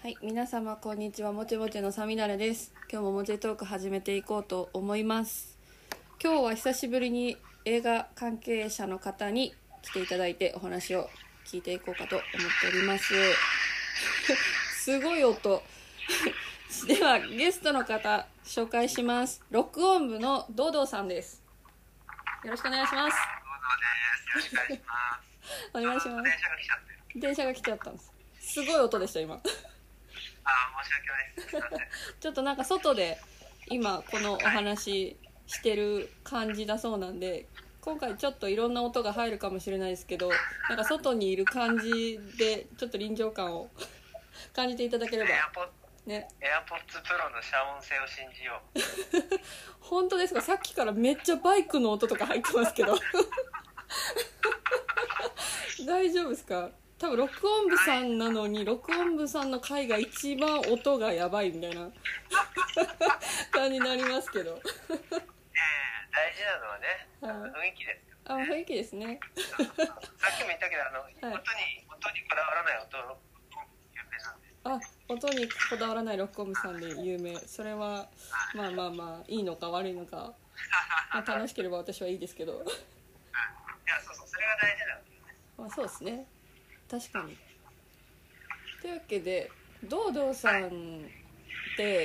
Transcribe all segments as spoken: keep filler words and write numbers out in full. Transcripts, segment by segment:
はい、皆様こんにちは。もちもちのさみだれです。今日ももちトーク始めていこうと思います。今日は久しぶりに映画関係者の方に来ていただいてお話を聞いていこうかと思っておりますすごい音ではゲストの方紹介します。録音部のドドさんです。よろしくお願いします。 ドドです。よろしくお願いしますお願いします。 電車が来ちゃってる。 電車が来ちゃったんです。すごい音でした今あ、申し訳ないです。 ちょっとなんか外で今このお話してる感じだそうなんで、今回ちょっといろんな音が入るかもしれないですけど、なんか外にいる感じでちょっと臨場感を感じていただければね。AirPods Pro の遮音性を信じよう本当ですか？さっきからめっちゃバイクの音とか入ってますけど大丈夫ですか？多分録音部さんなのに、録音部さんの回が一番音がやばいみたいな感じになりますけどえー、大事なのはね、はい、雰囲気ですよ、ね、 あ、雰囲気ですねさっきも言ったけど、あの、はい、音に音にこだわらない音有名なんで、 あ、音にこだわらない録音部さんで有名。それはまあまあまあいいのか悪いのかまあ楽しければ私はいいですけどいや、 そうそう、それが大事なんだよね。 まあそうですね、確かに。というわけでドードーさんって、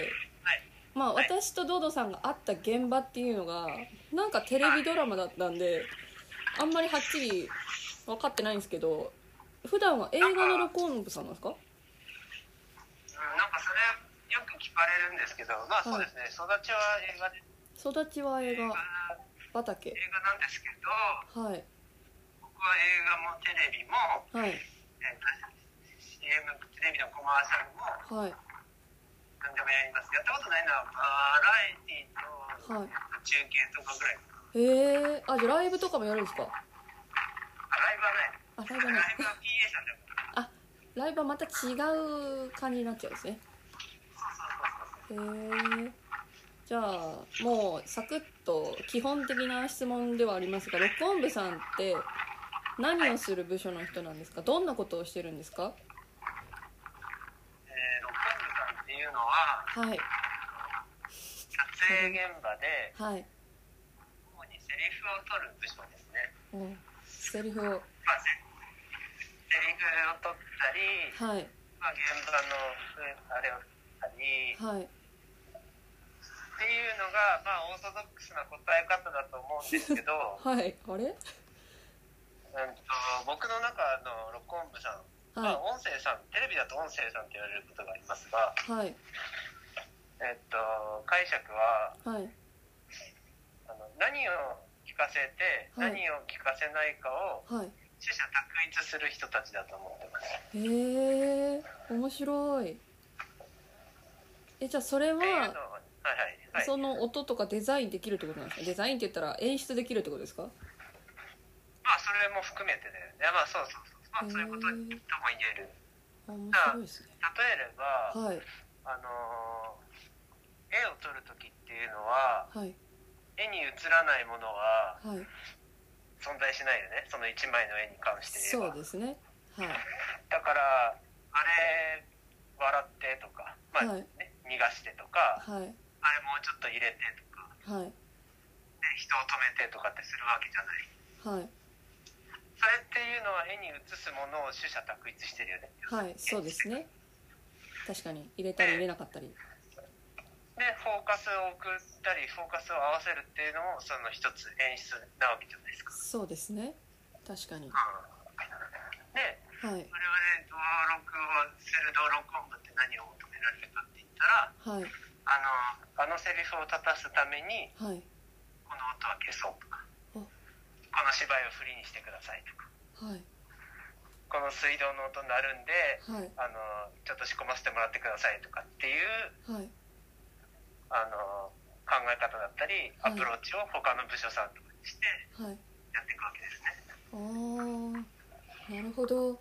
はい、まあ私とドードーさんが会った現場っていうのがなんかテレビドラマだったんで、あんまりはっきり分かってないんですけど、普段は映画の録音部さんなんですか？ うん、なんかそれよく聞かれるんですけど、まあそうですね、はい、育ちは映画で、 育ちは映画畑、 映画なんですけど、 はい、 僕は映画もテレビも、 はい、 えー、シーエム テレビのコマーシャルも、はい、何でもやります。やったことないのはバラエティと、はい、中継とかぐらい。 へえ、あ、じゃあライブとかもやるんですか？ あ、ライブはない。あ、ライブはない。ライブは ピーエー さんだよ。 あ、ライブはまた違う感じになっちゃうんですね。 そうそうそうそう。 へえ。じゃあもうサクッと基本的な質問ではありますが、録音部さんって何をする部署の人なんですか？どんなことをしてるんですか？ えー、録音部さんっていうのは、はい、撮影現場で、はい、主にセリフを取る部署ですね。 お、セリフを、まあ、 セリフを取ったり、はい、まあ、現場のあれを取ったり、はい、っていうのが、まあ、オーソドックスな答え方だと思うんですけどはい、あれ、 うんと、僕の中の録音部さん、はい、まあ、音声さん、テレビだと音声さんって言われることがありますが、はい、えっと、解釈は、はい、あの何を聞かせて、はい、何を聞かせないかを、はい、取捨択一する人たちだと思ってます。 へえ、面白い。え、じゃあそれは、はいはいはい、その音とかデザインできるってことなんですか？デザインって言ったら演出できるってことですか？ まあそれも含めてだよね。まあそうそうそう、まあ、そういうこととも言える。 面白いですね。 例えれば、はい、あの絵を撮るときっていうのは、はい、絵に映らないものは、はい、存在しないよね。その一枚の絵に関して言えば。 そうですね。はい。 だからあれ笑ってとか、まあね、はい、逃がしてとか、はい、あれもうちょっと入れてとか、はい、で人を止めてとかってするわけじゃない。はい。それっていうのは絵に映すものを取捨択一してるよね。 はい、そうですね。確かに入れたり入れなかったり。 で、フォーカスを送ったりフォーカスを合わせるっていうのもその一つ演出なわけじゃないですか。 そうですね。確かに。うん、 で、はい、我々道録をする道録音部って何を求められるかって言ったら、はい、あのあのセリフを立たすために、はい、この音は消そうとか、この芝居を振りにしてくださいとか、はい、この水道の音になるんで、はい、あのちょっと仕込ませてもらってくださいとかっていう、はい、あの考え方だったりアプローチを他の部署さんとかにしてやっていくわけですね。 はい、ああ、なるほど。うん、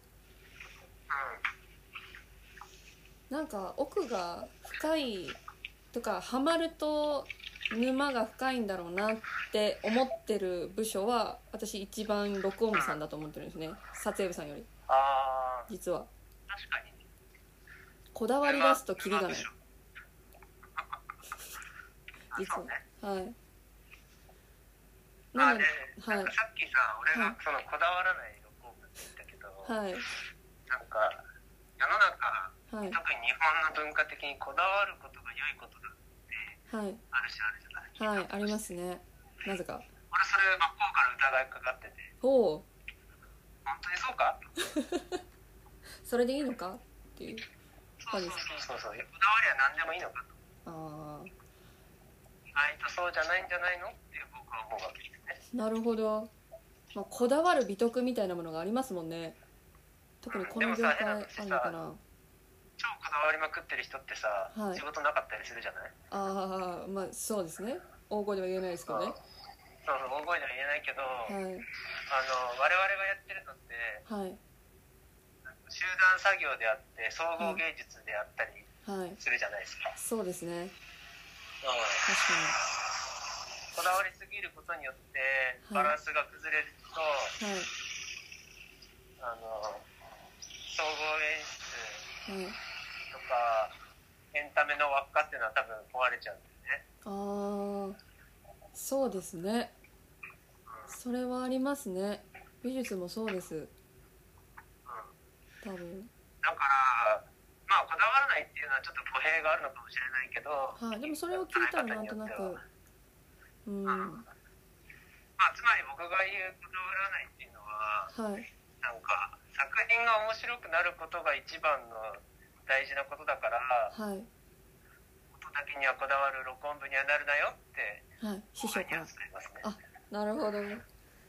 なんか奥が深いとかハマると沼が深いんだろうなって思ってる部署は私一番録音部さんだと思ってるんですね、撮影部さんより。 あ、 実は確かにこだわり出すとキリがない。実は、 ね、 はい。 なので、はい、なんかさっきさ、俺がそのこだわらない録音部って言ったけど、 はい、 なんか世の中、はい、特に日本の文化的にこだわることが良いことだって、はい、ある種あるじゃない。 はい、ありますね。なぜか。 俺それ真っ向から疑いかかってて。 おう。 本当にそうか？ それでいいのかっていう。 そうそうそうそうそう。こだわりは何でもいいのかと。ああ。意外とそうじゃないんじゃないのっていう僕は思うわけですね。 なるほど。まあ、こだわる美徳みたいなものがありますもんね。特にこの業界あるのかな。 超こだわりまくってる人ってさ、はい、仕事なかったりするじゃない？ ああ、まあそうですね。大声では言えないですけどね。 そうそう、大声では言えないけど、はい、あの我々がやってるのって、はい、集団作業であって総合芸術であったりするじゃないですか。 はいはい、そうですね。 確かに。こだわりすぎることによってバランスが崩れると、はい、あの総合演出とか、はい、エンタメの輪っかっていうのは多分壊れちゃうんだよね。 ああ、そうですね。それはありますね。美術もそうです。うん、多分。 だからまあこだわらないっていうのはちょっと語弊があるのかもしれないけど、 はい、でもそれを聞いたらなんとなく。うん、まあ、つまり僕が言うこだわらないっていうのは、はい、なんか作品が面白くなることが一番の大事なことだから、はい、音だけにはこだわる録音部にはなるなよって、はい、師匠から伝えますね。 あ、なるほど。へ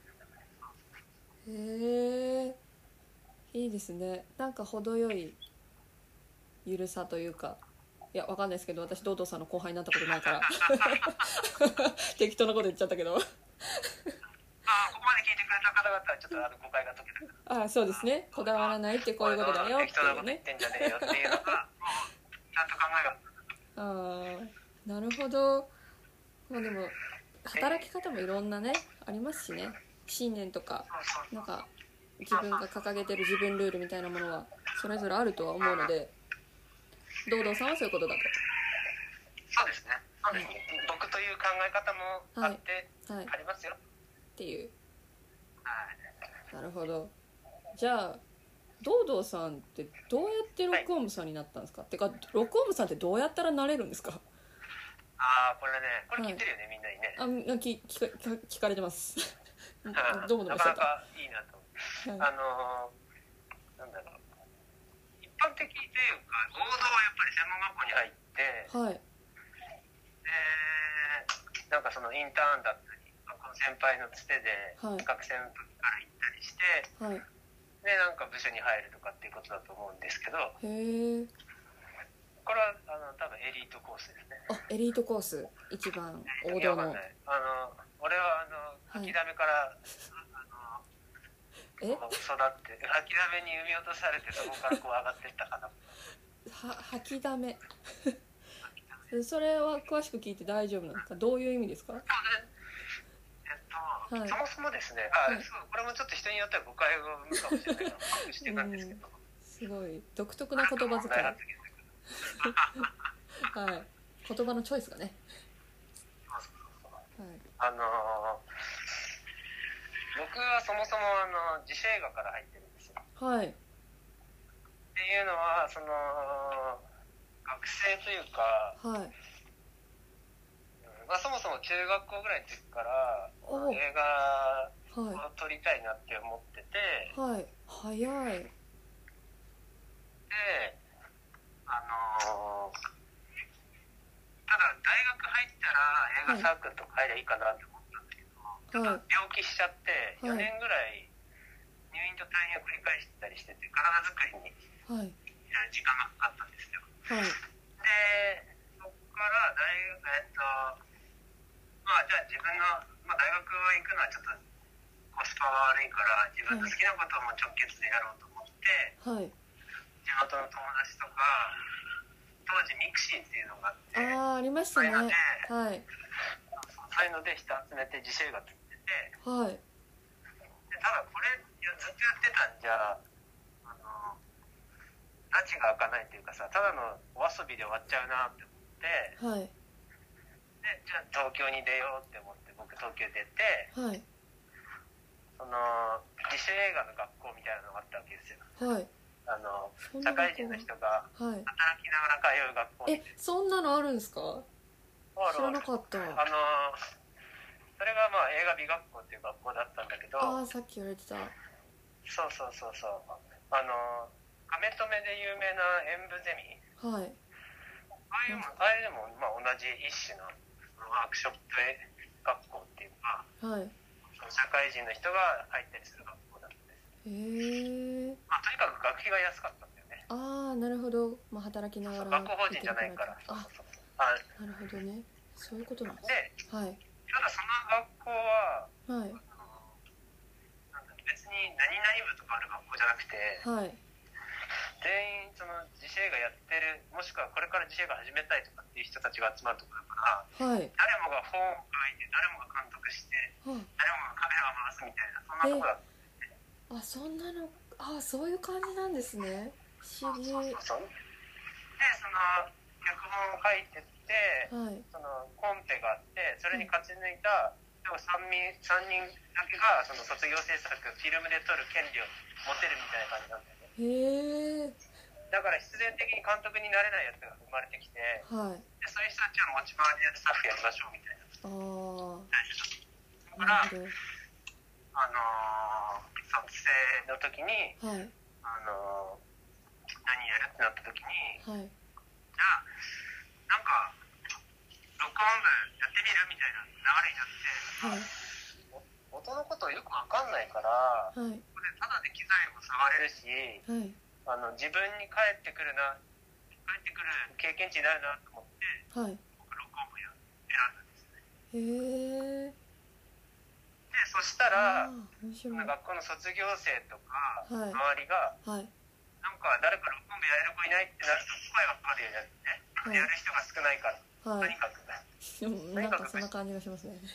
え、いいですね。なんか程よいゆるさというか。いや、わかんないですけど、私ドードーさんの後輩になったことないから適当なこと言っちゃったけどあ、ここまで聞いてくれた方々はちょっとあの誤解が解けたから、 あ、そうですね、こだわらないってこういうことだよっていうね、適当なこと言ってんじゃねえよっていうのがもうちゃんと考えがああ、なるほど。まあでも働き方もいろんなねありますしね、信念とかなんか自分が掲げてる自分ルールみたいなものはそれぞれあるとは思うので、堂々さんはそういうことだと。 そうですね、そうですね、はい、僕という考え方もあって、はいはい、ありますよっていう、はい、なるほど。じゃあ堂々さんってどうやって録音部さんになったんですか、はい、てか録音部さんってどうやったらなれるんですか？ ああ、これね、これ聞いてるよね、はい、みんなにね。 あ、聞, 聞, か聞かれてますどうもなかなかいいなと思う、はい、あのー、なんだろう、一般的というか王道はやっぱり専門学校に入って、はい、でなんかそのインターンだったり学校の先輩のつてで、はい、学生の時から行ったりして、はい、でなんか部署に入るとかっていうことだと思うんですけど、へー、これはあの多分エリートコースですね。 あ、エリートコース、一番王道の。 あの俺はあの吐きだめから、はい、あのえ育って吐きだめに産み落とされてそこからこう上がっていったかな。 は吐きだめそれは詳しく聞いて大丈夫なんですか？どういう意味ですか？えっと、はい、そもそもですね、あ、はい、そう、これもちょっと人によっては誤解を生むかもしれないから隠してたんですけど、 すごい独特な言葉遣いはい、言葉のチョイスがね、 そうそうそう、はい、あのー、僕はそもそもあの自主映画から入ってるんですよ。はい。っていうのはその学生というか、はい、まあ、そもそも中学校ぐらいの時から映画を撮りたいなって思ってて、はい、 早い。 で、あのー、ただ大学入ったら映画サークルとか入りゃいいかなって思ったんだけど、はい、ちょっと病気しちゃってよねんぐらい入院と退院を繰り返したりしてて体作りに時間がかかったんですよ。はい、でそこから大学、えっとまあじゃあ自分の、まあ、大学行くのはちょっとコスパが悪いから自分の好きなことをもう直結でやろうと思って、はい、地元の友達とか当時ミクシーっていうのがあって、 ああ、ありましたね。そういうので、はい、 そういうので人集めて自主映画撮ってて、はい、でただこれずっとやってたんじゃあのダ拉致が開かないというかさ、ただのお遊びで終わっちゃうなって思って、はい、でじゃあ東京に出ようって思って僕東京出て、はい、その自主映画の学校みたいなのがあったわけですよ。はい、あの社会人の人が働きながら通う学校みたいな。 え、そんなのあるんですか？知らなかった。 あのそれがまあ映画美学校っていう学校だったんだけど。 ああ、さっき言われてた。 そうそうそうそう。あのカメ止めで有名な演舞ゼミ。はい。ああいうもああいうのもまあ同じ一種のワークショップ学校っていうか。はい。社会人の人が入ったりする学校だったんです。へえ。まあとにかく学費が安かったんだよね。 ああ、なるほど。まあ働きながら。 学校法人じゃないから。 あ、そうそうそう。あ、なるほどね。そういうことなんですね。で、はい。 ただその学校は、はい、あのなんだ別に何々部とかある学校じゃなくて、はい、全員その自主映画やってる、もしくはこれから自主映画始めたいとかっていう人たちが集まるところだから、はい、誰もが本を書いて誰もが監督して、はい、誰もがカメラを回すみたいな、そんなところだったんですね。 あ、そんなの、あ、そういう感じなんですね。不思議。そうそうそう。 で、その脚本を書いてって、はい、そのコンペがあって、それに勝ち抜いた、でも 3, 人さんにんだけがその卒業制作フィルムで撮る権利を持てるみたいな感じなんだよね。へー。だから必然的に監督になれないやつが生まれてきて、はい、でそういう人たちは持ち回りでスタッフやりましょうみたいな。ああ。だから、あのー、撮影の時に、はい、あのー、何やるってなった時に、はい、じゃあなんか録音部やってみるみたいな流れになって、はい、音のことよく分かんないから、はい、ここでただで機材も触れるし、はい、あの自分に返ってくるな返ってくる経験値になるなと思って、はい、僕録音部選んだんですね。へえ。でそしたら学校の卒業生とか、はい、周りが、はい、なんか誰か録音部やれる子いないってなると声がかかるようになって、ね、はい、やる人が少ないから、はい、とにかくでもなんかそんな感じがしますね。うん。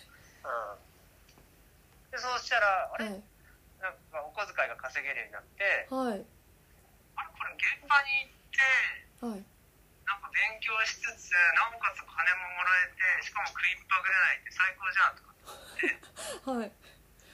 でそうしたらあれ、はい、なんかお小遣いが稼げるようになって、はい、あれこれ現場に行って、はい、なんか勉強しつつなおかつ金ももらえてしかも食いっぱぐれないって最高じゃんとかって、はい、で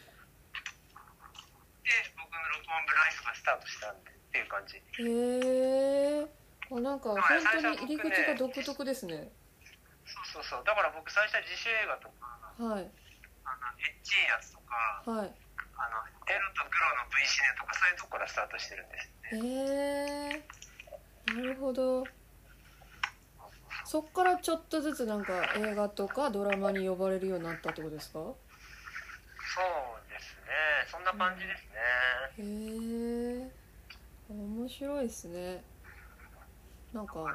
僕の録音部ライフがスタートしたんでっていう感じ。へえ。あ、なんか本当に入り口が独特ですね。そうそうそう。だから僕最初は自主映画とか、はい、あのエッチいやつとか、はい、あのエロとグロの ブイ シネとかそういうとこからスタートしてるんですね。 へえ。なるほど。そっからちょっとずつなんか映画とかドラマに呼ばれるようになったってことですか？ そうですね。そんな感じですね。 へえ。面白いですね。なんか。だから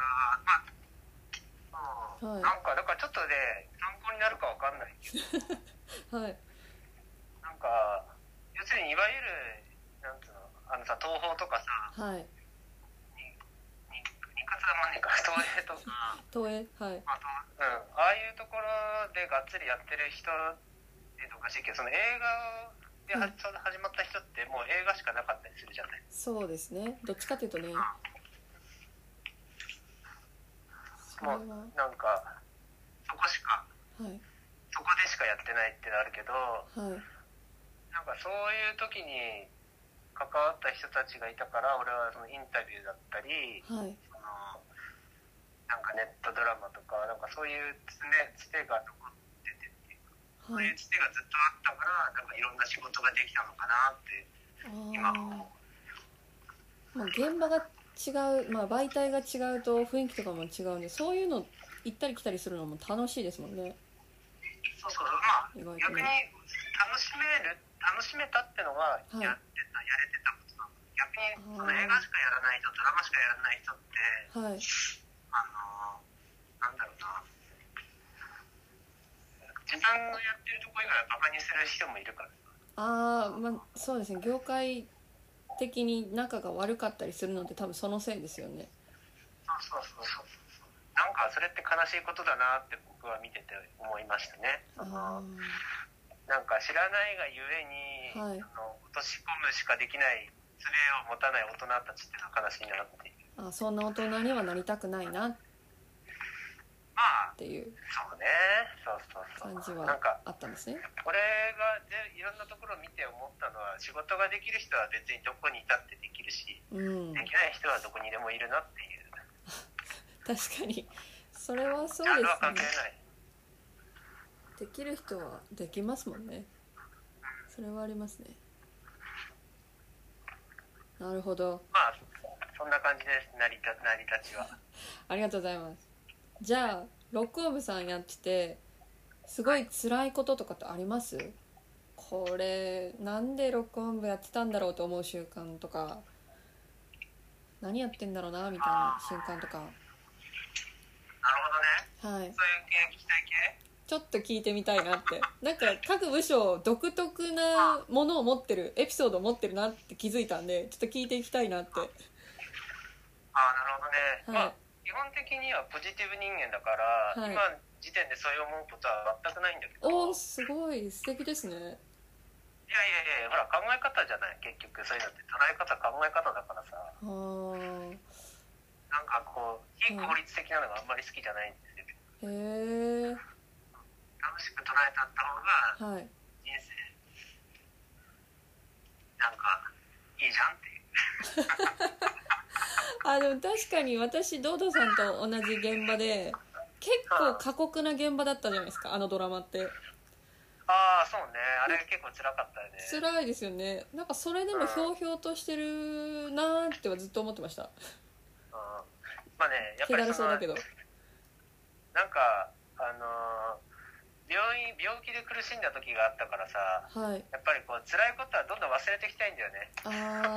まあ、はい、なんかだからちょっとね参考になるかわかんないけど、はい、なんか要するにいわゆるなんつうのあのさ東宝とかさ、はい、日活だもんねか東映とか東映、はい、 あと、うん、ああいうところでがっつりやってる人っておかしいけどその映画で、はい、ちょうど始まった人ってもう映画しかなかったりするじゃない。 そうですね。どっちかっていうとね、うん、 もうなんかそこしか、はい、そこでしかやってないってなるけど、はい、なんかそういう時に関わった人たちがいたから俺はそのインタビューだったり、はい、そのなんかネットドラマとかなんかそういうつてが残っててっていうか、はい、そういうつてがずっとあったからなんかいろんな仕事ができたのかなって今思う。 まあ、現場が違う、まあ、媒体が違うと雰囲気とかも違うんでそういうの行ったり来たりするのも楽しいですもんね。 そうそう、まあ逆に楽しめる楽しめたってのがやってた、はい、やれてたことなの。逆にその映画しかやらない人ドラマしかやらない人って、はい、あのなんだろうな自分のやってるとこ以外はバカにする人もいるから。 ああ、まあそうですね。業界的に仲が悪かったりするのって多分そのせいですよね。 そうそうそうそう。なんかそれって悲しいことだなって僕は見てて思いましたね。あのなんか知らないがゆえに、はい、あの落とし込むしかできない術を持たない大人たちっていうのは悲しいなっていう。 あそんな大人にはなりたくないなっていうそうね、そうそうそう感じはあったんですね。 俺がでいろんなところを見て思ったのは、仕事ができる人は別にどこにいたってできるし、うん、できない人はどこにでもいるなっていう。 確かにそれはそうですね。 ジャンルは関係ない。 できる人はできますもんね。それはありますね。なるほど。 まあそんな感じです、成り立、成り立ちは。 ありがとうございます。じゃあロックオン部さんやっててすごい辛いこととかってあります？これなんでロックオン部やってたんだろうと思う習慣とか、何やってんだろうなみたいな瞬間とか。なるほどね。はい。そういう系、聞きたい系？ ちょっと聞いてみたいなって。なんか各部署独特なものを持ってる、エピソードを持ってるなって気づいたんで、ちょっと聞いていきたいなって。ああ、なるほどね。はい、まあ基本的にはポジティブ人間だから、はい、今時点でそういう思うことは全くないんだけど。 おー、すごい素敵ですね。いやいやいや、ほら考え方じゃない、結局そういうのって捉え方、考え方だからさ。あなんかこう非効率的なのがあんまり好きじゃないんですよ。へえ。楽しく捉えたった方が人生、なんかいいじゃんっていう。 あでも確かに私ドードさんと同じ現場で結構過酷な現場だったじゃないですか、あのドラマって。 ああそうね、あれ結構辛かったよね。 辛いですよね。なんかそれでもひょうひょうとしてるなーってはずっと思ってました。うん、 まあね、やっぱりそのなんかあのー病院病気で苦しんだ時があったからさ、はい、やっぱりこう辛いことはどんどん忘れていきたいんだよね。あ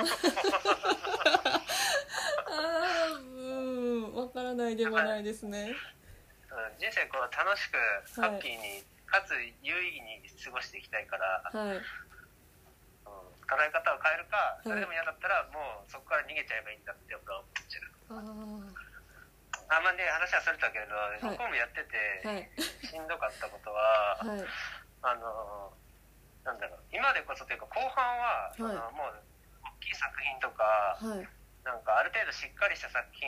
あうん分からないでもないですね。 うん、人生こう楽しくハッピーに、はい、かつ有意義に過ごしていきたいから、はいうん、捉え方を変えるか、それでも嫌だったらもうそこから逃げちゃえばいいんだって僕は思っちゃう。ああんまね話はそれたけれど、はい、ロコムやってて、はい、しんどかったことは、はい、あのなんだろう今でこそというか後半は、はい、そのもう大きい作品とか、はい、なんかある程度しっかりした作品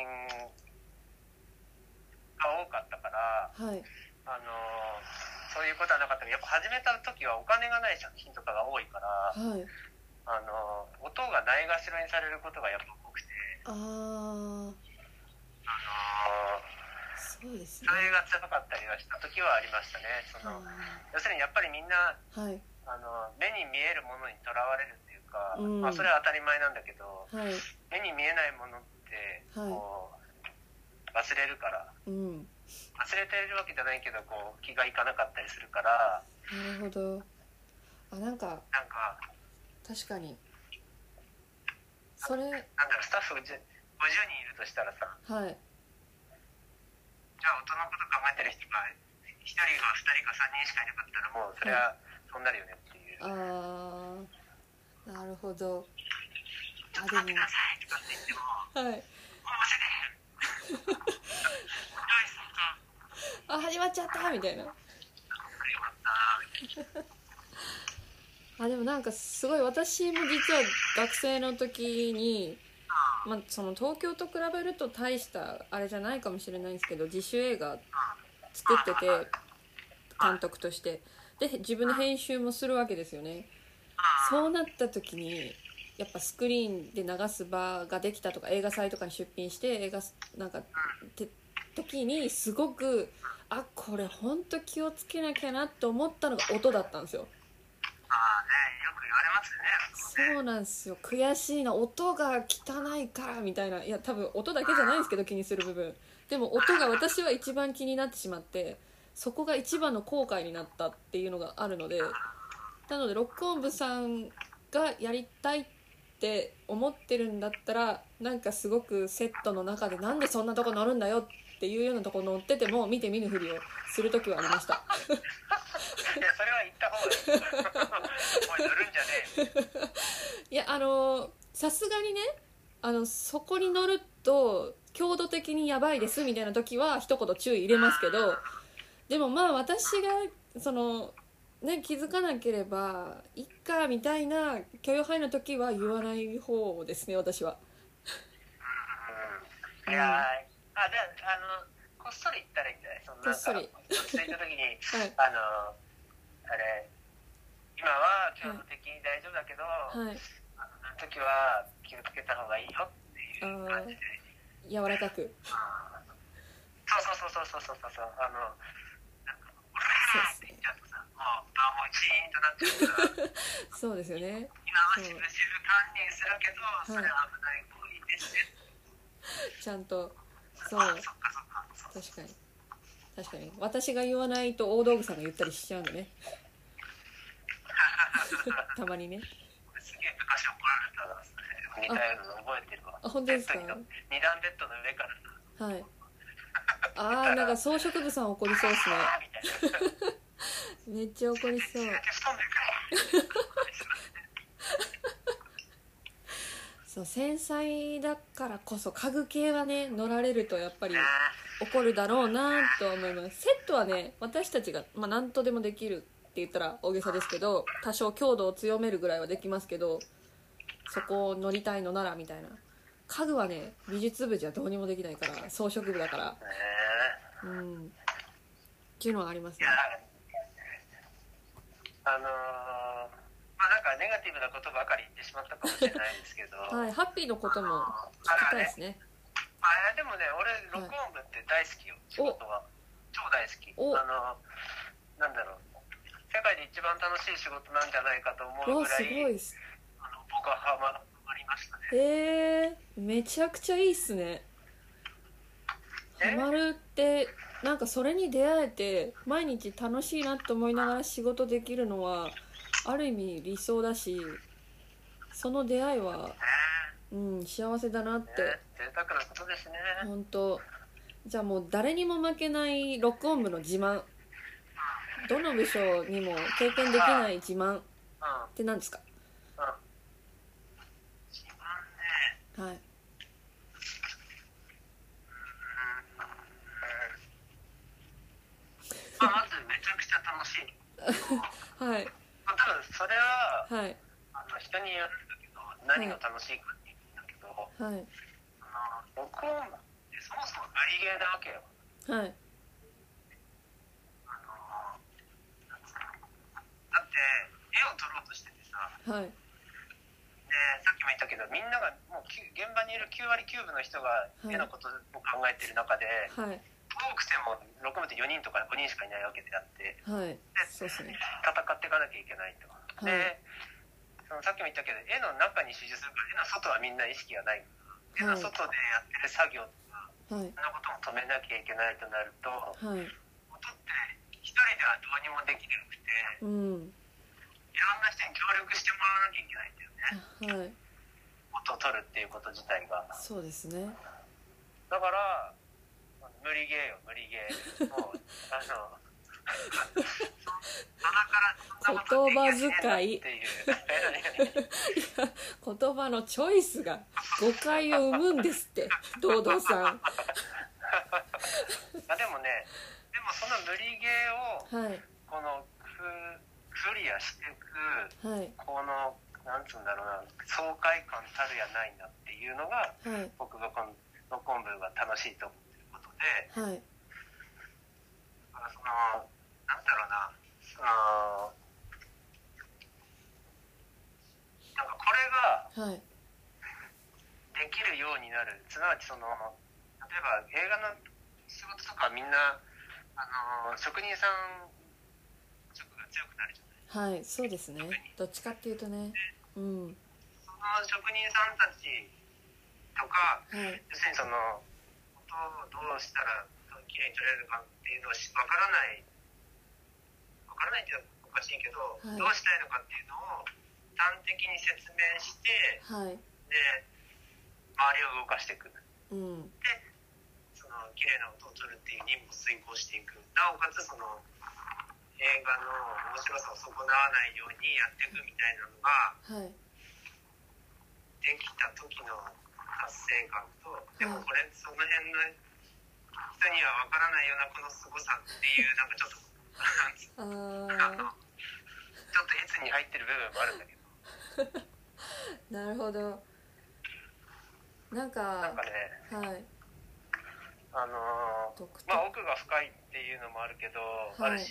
が多かったから、はい、あのそういうことはなかったけど、やっぱ始めた時はお金がない作品とかが多いから、はい、あの音がないがしろにされることがやっぱ多くて。ああのー、そうですね、それが強かったりはした時はありましたね。その要するにやっぱりみんな、はい、あの目に見えるものにとらわれるっていうか、うんまあ、それは当たり前なんだけど、はい、目に見えないものってこう、はい、忘れるから、うん、忘れてるわけじゃないけどこう気がいかなかったりするから。 なるほど。あなんかなんか確かにそれなんだろう、スタッフごじゅうにんいるとしたらさ、はい、じゃあ音のこと考えてる人がひとりかふたりかさんにんしかいなかったらもうそれはそうなるよねっていう、はい、 ああなるほど。 ちょっと待ってくださいとかって言ってもはいあ始まっちゃったみたいな。あでもなんかすごい私も実は学生の時に、まあ、その東京と比べると大したあれじゃないかもしれないんですけど自主映画作ってて監督としてで自分で編集もするわけですよね。そうなった時にやっぱスクリーンで流す場ができたとか映画祭とかに出品して映画なんかって時にすごくあこれほんと気をつけなきゃなと思ったのが音だったんですよ。 ああね、よく言われますね。そうなんですよ。悔しいな、音が汚いからみたいな。いや多分音だけじゃないんですけど気にする部分でも音が私は一番気になってしまってそこが一番の後悔になったっていうのがあるので、なのでロックオン部さんがやりたいって思ってるんだったらなんかすごくセットの中でなんでそんなとこ乗るんだよっていうようなとこ乗ってても見て見ぬふりをするときはありましたいやそれは言った方がいいおい乗るんじゃねえいやあのさすがにねあのそこに乗ると強度的にやばいですみたいな時は一言注意入れますけど、でもまあ私がそのね気づかなければいっかみたいな許容範囲の時は言わない方ですね私は。 いやー、あ、で、あの、こっそり行ったらいいんじゃない？そのなんか、こっそり。落ち着いた時に、はい、あの、あれ、今は今日の敵に大丈夫だけど、はい、あの時は気をつけた方がいいよっていう感じで。 柔らかく。 そうそうそうそうそうそうそう。あの、なんか、オラーって言っちゃうとさ、もう、あ、もうチーンとなっちゃうから。 そうですよね。 今はしぶしぶ堪忍するけど、それは危ない行為ですね。 ちゃんと、そう。そっかそっか。確かに。確かに。私が言わないと大道具さんが言ったりしちゃうんだね。たまにね。 すげえ昔怒られたそれ似たようなの覚えてるわ。 あ、本当ですか？ 二段ベッドの上からさ。 はい。あー、なんか装飾部さん怒りそうですね。めっちゃ怒りそう。そう、繊細だからこそ家具系はね乗られるとやっぱり怒るだろうなと思います。セットはね私たちが、まあ、何とでもできるって言ったら大げさですけど、多少強度を強めるぐらいはできますけど、そこを乗りたいのならみたいな。家具はね美術部じゃどうにもできないから装飾部だから、うんっていうのはありますね。 あのー、まあなんかネガティブなことばかり言ってしまったかもしれないですけどはい、ハッピーのことも聞きたいですね。 あれでもね、俺録音部って大好きよ、はい、仕事は超大好き。あのなんだろう、世界で一番楽しい仕事なんじゃないかと思うぐらい、すごいすあの僕はハマりましたね。 えー、めちゃくちゃいいっすね。ハマるってなんかそれに出会えて毎日楽しいなと思いながら仕事できるのはある意味理想だし、その出会いは、うん、幸せだなって。 ね、贅沢なことですね。 本当。じゃあもう誰にも負けない録音部の自慢、どの部署にも経験できない自慢って何ですか？ うんうん、自慢ね、はい、まあ、まずめちゃくちゃ楽しいはい、まあ、多分それは、はい、あの人によるんだけど何が楽しいかっていうんだけど、はい、あの録音ってそもそも無理ゲーなわけよ。はい、あのだって絵を撮ろうとしててさ、はい、でさっきも言ったけどみんながもう現場にいるきゅうわりきゅうぶの人が絵のことを考えてる中で、はい、多くても録音部ってよにんとかごにんしかいないわけであって、はい、でそうですね、戦っていかなきゃいけないと、はい、でそのさっきも言ったけど絵の中に集中するから絵の外はみんな意識がないから、はい、絵の外でやってる作業とか、はい、そんなことも止めなきゃいけないとなると、はい、音って一人ではどうにもできなくて、うん、いろんな人に協力してもらわなきゃいけないんだよね、はい、音を取るっていうこと自体が。 そうですね。 だから無理ゲーよ無理ゲーもうあの言葉遣いいや言葉のチョイスが誤解を生むんですって堂々さんあでもね、でもその無理ゲーを、はい、このクリアしていく、はい、このなんつうんだろうな爽快感たるやないなっていうのが、はい、僕がこの録音部が楽しいと思ってることで、はい、だからそのなんだろうなそのなんかこれができるようになる、はい、すなわちその例えば映画の仕事とかみんなあの職人さん職が強くなるじゃない。 はい、そうですね。どっちかっていうとね、うん、 その職人さんたちとか、はい、要するにその音をどうしたらきれいに撮れるかっていうのを分からない分からないっていうのはおかしいけど、はい、どうしたいのかっていうのを端的に説明して、はい、で周りを動かしていく、うん、でそのきれいな音を撮るっていう任務を遂行していく、なおかつその映画の面白さを損なわないようにやっていくみたいなのが、はい、できた時の達成感と、でもこれその辺の人には分からないようなこのすごさっていうなんかちょっとあのちょっといつに入ってる部分もあるんだけどなるほど。なんかなんかね、 はい、 あのー、まあ奥が深いっていうのもあるけど、はい、あるし、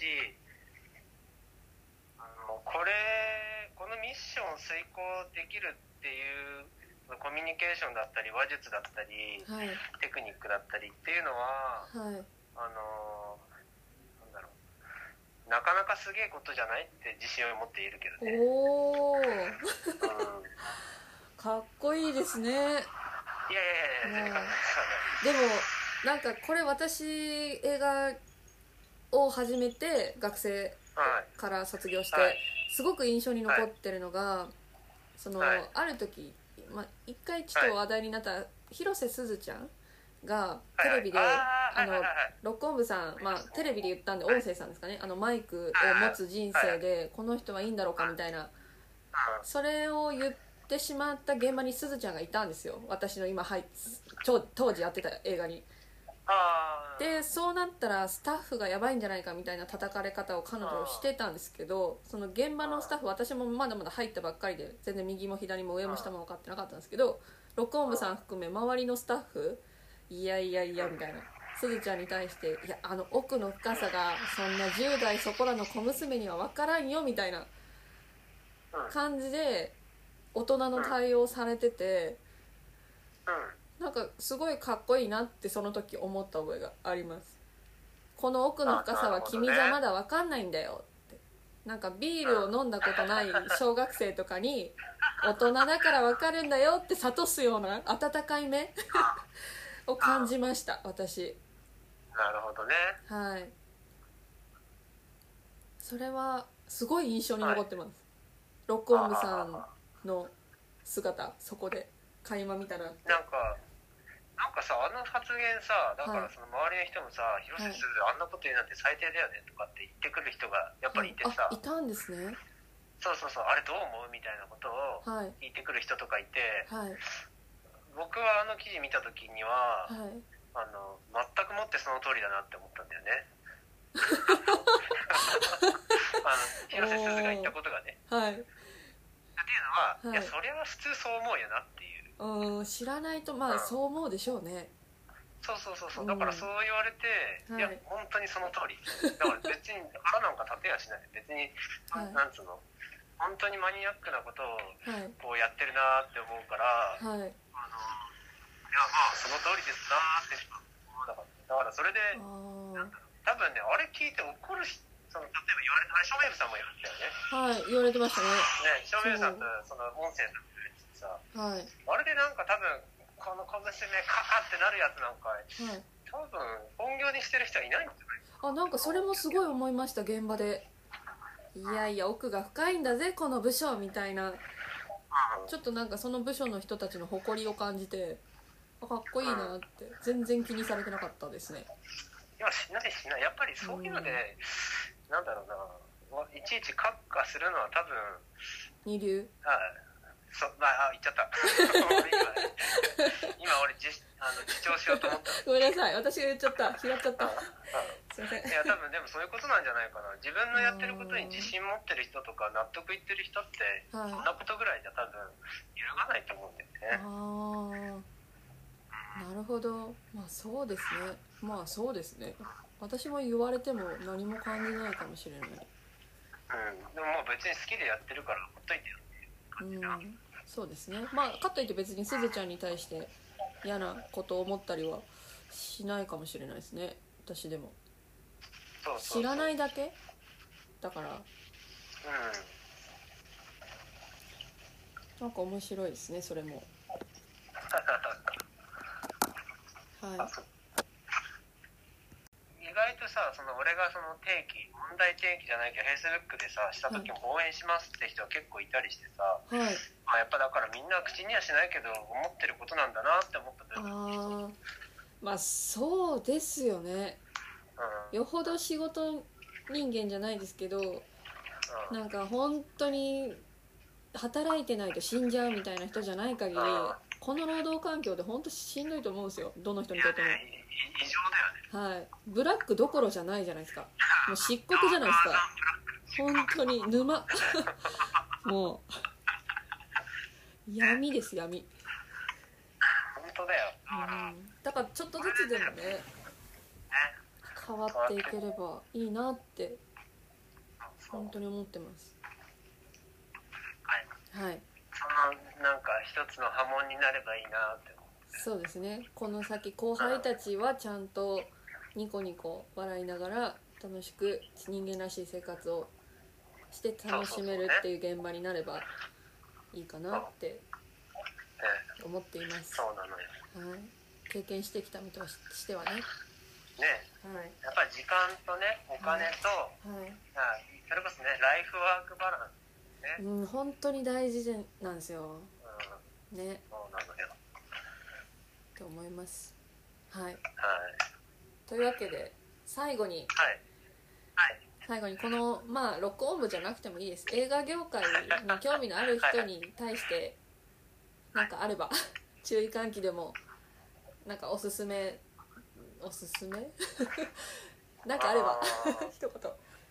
あのこれこのミッションを遂行できるっていうコミュニケーションだったり話術だったり、はい、テクニックだったりっていうのは、はい、あのなんだろう、なかなかすげえことじゃないって自信を持っているけどね。 おー、うん、かっこいいですね。いやいやいやいや、全然かっこいい。でもなんかこれ私映画を始めて学生から卒業して、はい、すごく印象に残ってるのが、はい、その、はい、ある時まあ、一回ちょっと話題になった広瀬すずちゃんがテレビで、はいはい、ああのロックオン部さん、まあ、テレビで言ったんで音声さんですかね、あのマイクを持つ人生でこの人はいいんだろうかみたいな、それを言ってしまった現場にすずちゃんがいたんですよ、私の今入当時やってた映画に。でそうなったらスタッフがやばいんじゃないかみたいな叩かれ方を彼女をしてたんですけど、その現場のスタッフ、私もまだまだ入ったばっかりで全然右も左も上も下も分かってなかったんですけど、ロックオン部さん含め周りのスタッフいやいやいやみたいな、すずちゃんに対していやあの奥の深さがそんなじゅう代そこらの小娘には分からんよみたいな感じで大人の対応されてて、なんかすごいかっこいいなってその時思った覚えがあります。この奥の深さは君じゃまだ分かんないんだよって。なんかビールを飲んだことない小学生とかに大人だから分かるんだよって諭すような温かい目を感じました私。 なるほどね。 はい、それはすごい印象に残ってます、はい、ロックオン部さんの姿、そこで垣間見たなって。 なんかなんかさ、あの発言さ、だからその周りの人もさ、はい、広瀬すずあんなこと言うなんて最低だよねとかって言ってくる人がやっぱりいてさ、 はい、あ、いたんですね。 そうそうそう、あれどう思うみたいなことを聞いてくる人とかいて、はい、僕はあの記事見た時には、はい、あの全くもってその通りだなって思ったんだよね。あの広瀬すずが言ったことがね。はい。っていうのは、はい、いやそれは普通そう思うよなっていう。 うん、知らないとまあそう思うでしょうね。 そうそうそうそう、だからそう言われて、うん、いや本当にその通り。だから別に腹なんか立てやしない。別に、はい、なんつうの、本当にマニアックなことをこうやってるなって思うから、はい、あのいやまあその通りですなって思うだから、だからそれでなんだろう、多分ねあれ聞いて怒るし、その例えば言われた照明部さんも言われたよね。 はい、言われてましたね。 ね、照明部さんとその音声さんさ、はい、あれでなんか多分この小娘カーってなるやつなんか、はい、多分本業にしてる人はいないんじゃないですか。 あ、なんかそれもすごい思いました、現場で。いやいや奥が深いんだぜこの部署みたいな、うん、ちょっとなんかその部署の人たちの誇りを感じて、あ、かっこいいなって、うん、全然気にされてなかったですね。 いやしないしない、やっぱりそういうので、うん、なんだろうな、いちいち閣下するのは多分二流。 はい、そまあ、言っちゃった今俺自あの自重しようと思ったごめんなさい、私が言っちゃった、拾っちゃった、すいません。 いや多分でもそういうことなんじゃないかな。自分のやってることに自信持ってる人とか納得いってる人って、はい、そんなことぐらいじゃ多分揺るがないと思うんだよね。 ああ、なるほど。まあそうですね、まあそうですね、私も言われても何も感じないかもしれない。うん、 でももう別に好きでやってるからほっといてよっていう感じだ。うん、 そうですね。まあかといって別にすずちゃんに対して嫌なことを思ったりはしないかもしれないですね、私でも。そうそうそう、知らないだけだから、うん、なんか面白いですね、それも。はい。 意外とさ、その俺がその定期問題提起じゃないけど Facebook でさした時も応援しますって人は結構いたりしてさ、はい、まあ、やっぱだからみんな口にはしないけど思ってることなんだなって思った部分。 あ、まあそうですよね、うん、よほど仕事人間じゃないですけど、うん、なんか本当に働いてないと死んじゃうみたいな人じゃない限り、うん、この労働環境で本当しんどいと思うんですよ、どの人にとっても。 異常だよね。 はい、ブラックどころじゃないじゃないですか、もう漆黒じゃないですか、本当に沼もう闇です、闇。 本当だよ、 うん、だからちょっとずつでもね変わっていければいいなって本当に思ってます。 はい、 はい、 そのなんか一つの波紋になればいいなって思って。 そうですね。この先後輩たちはちゃんとニコニコ笑いながら楽しく人間らしい生活をして楽しめるっていう現場になればいいかなって思っています。 そうなのよ、 はい、経験してきた身としてはね。 ね、 はい、 やっぱり時間とねお金と、はいはい、それこそねライフワークバランス、ね、 うん、本当に大事なんですよ、 うん、 ね。 そうなのよと思います。はい、はい、 というわけで最後に、 はいはい、 最後にこのまあロックオン部じゃなくてもいいです。映画業界に興味のある人に対して何かあれば注意喚起でもなんかおすすめおすすめなんかあれば一言。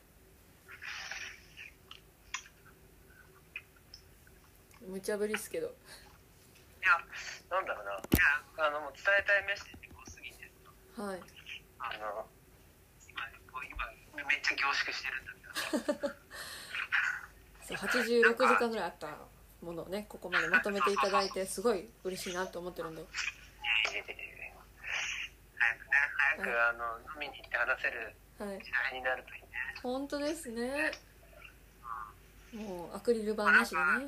無茶ぶりっすけど。 いや、なんだろうな。いや、あのもう伝えたいメッセージ多すぎて。 はい。 あの今こう今めっちゃ凝縮してるんだけど。 そうはちじゅうろくじかんぐらいあったものをねここまでまとめていただいてすごい嬉しいなと思ってるんで。いやいやいやいや。早くね早く、はい、あの飲みに行って話せる時代になるといいね。 本当ですね。もうアクリル板なしでね。はい。